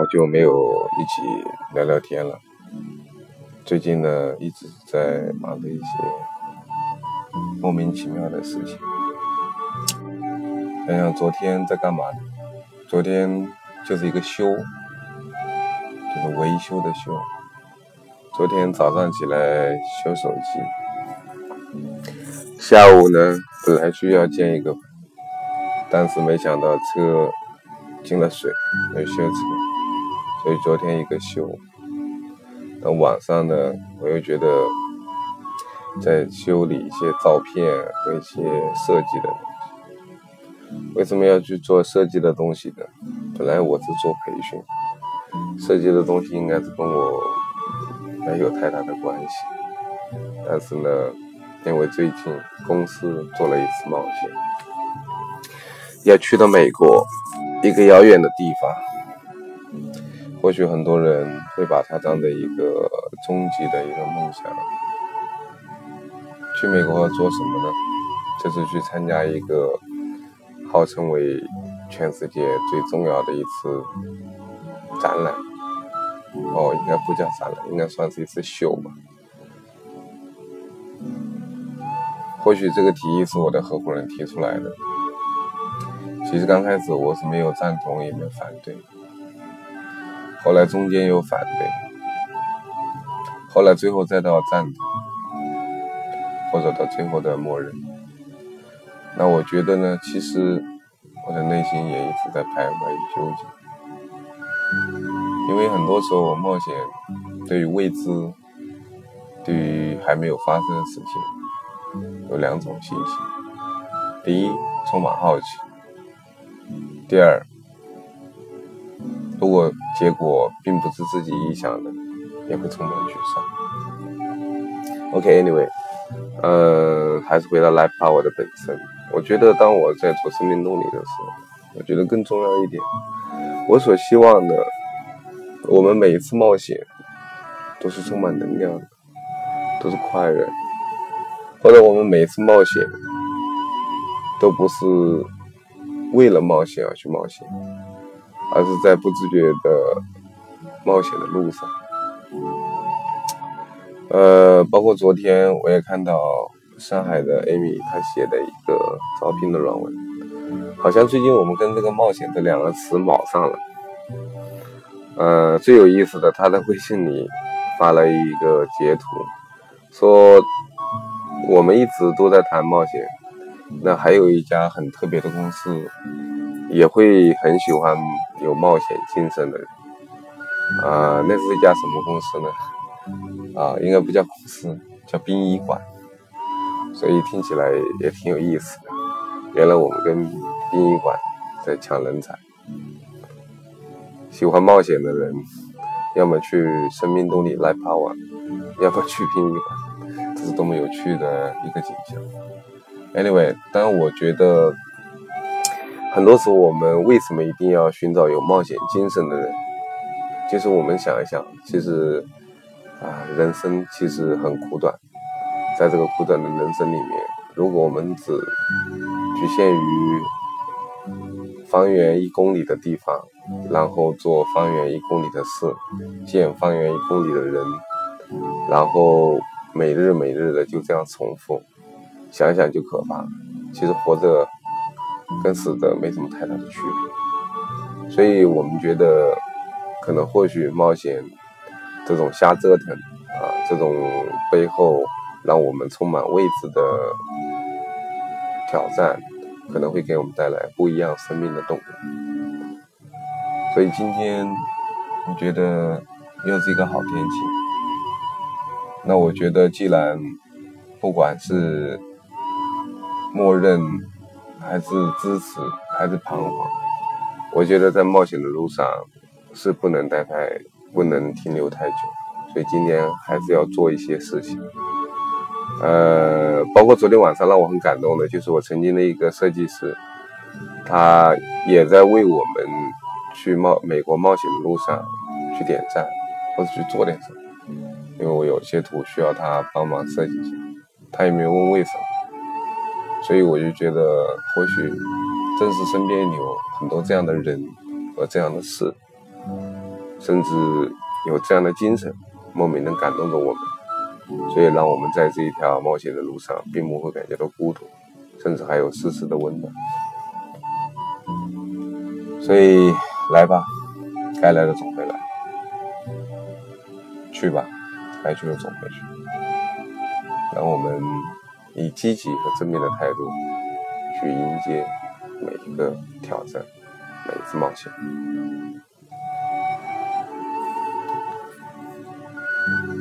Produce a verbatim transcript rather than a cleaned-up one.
久没有一起聊聊天了。最近呢，一直在忙着一些莫名其妙的事情。想想昨天在干嘛呢？昨天就是一个修，就是维修的修。昨天早上起来修手机，下午呢本来需要建一个，但是没想到车进了水，没有修车，所以昨天一个修。等晚上呢，我又觉得在修理一些照片和一些设计的东西。为什么要去做设计的东西呢？本来我是做培训，设计的东西应该是跟我没有太大的关系，但是呢，因为最近公司做了一次冒险，要去到美国一个遥远的地方。或许很多人会把它当成一个终极的一个梦想。去美国做什么呢？就是去参加一个号称为全世界最重要的一次展览。哦，应该不叫展览，应该算是一次秀吧。或许这个提议是我的合伙人提出来的。其实刚开始我是没有赞同也没有反对，后来中间有反对，后来最后再到赞同，或者到最后的默认。那我觉得呢，其实我的内心也一直在徘徊纠结，因为很多时候我冒险对于未知，对于还没有发生的事情有两种心情。第一，充满好奇；第二，如果结果并不是自己意想的，也会充满沮丧。 OK，anyway、okay, 呃，还是回到 Life Power 的本身。我觉得当我在做生命动力的时候，我觉得更重要一点，我所希望的，我们每一次冒险都是充满能量的，都是快乐，或者我们每一次冒险都不是为了冒险而去冒险，而是在不自觉的冒险的路上。呃，包括昨天我也看到上海的 Amy 她写的一个招聘的软文，好像最近我们跟这个冒险这两个词卯上了。呃，最有意思的，她在微信里发了一个截图，说我们一直都在谈冒险，那还有一家很特别的公司也会很喜欢有冒险精神的人。啊、呃，那是一家什么公司呢？啊，应该不叫公司，叫殡仪馆。所以听起来也挺有意思的。原来我们跟殡仪馆在抢人才。喜欢冒险的人，要么去生命动力 Life Power， 要么去殡仪馆，这是多么有趣的一个景象。Anyway， 当然我觉得很多时候我们为什么一定要寻找有冒险精神的人，就是我们想一想，其实啊，人生其实很苦短，在这个苦短的人生里面，如果我们只局限于方圆一公里的地方，然后做方圆一公里的事，见方圆一公里的人，然后每日每日的就这样重复，想想就可怕。其实活着跟死着没什么太大的区别。所以我们觉得可能或许冒险这种瞎折腾啊，这种背后让我们充满未知的挑战，可能会给我们带来不一样生命的动力。所以今天我觉得又是一个好天气，那我觉得既然不管是默认还是支持还是彷徨，我觉得在冒险的路上是不能待太不能停留太久，所以今天还是要做一些事情。呃，包括昨天晚上让我很感动的，就是我曾经的一个设计师，他也在为我们去冒美国冒险的路上去点赞，或者去做点什么。因为我有些图需要他帮忙设计一下，他也没有问为什么，所以我就觉得或许正是身边有很多这样的人和这样的事， 甚至有这样的精神，莫名能感动着我们，所以让我们在这一条冒险的路上并不会感觉到孤独，甚至还有丝丝的温暖。所以来吧，该来的总会来，去吧，该去的总会去。让我们以积极和正面的态度去迎接每一个挑战，每一次冒险。